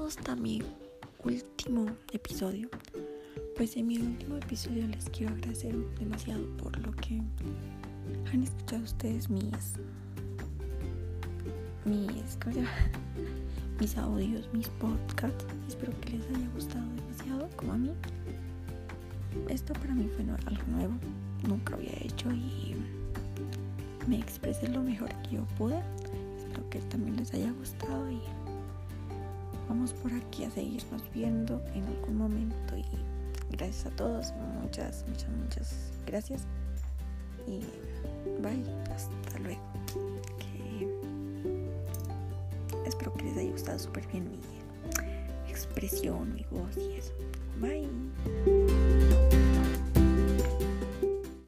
hasta mi último episodio. Pues en mi último episodio les quiero agradecer demasiado por lo que han escuchado ustedes mis audios, mis podcasts. Espero que les haya gustado demasiado como a mí. Esto para mí fue algo nuevo, nunca había hecho y me expresé lo mejor que yo pude. Espero que también les haya gustado y vamos por aquí a seguirnos viendo en algún momento. Y gracias a todos, muchas gracias y bye, hasta luego. Espero que les haya gustado súper bien mi expresión, mi voz y eso. Bye.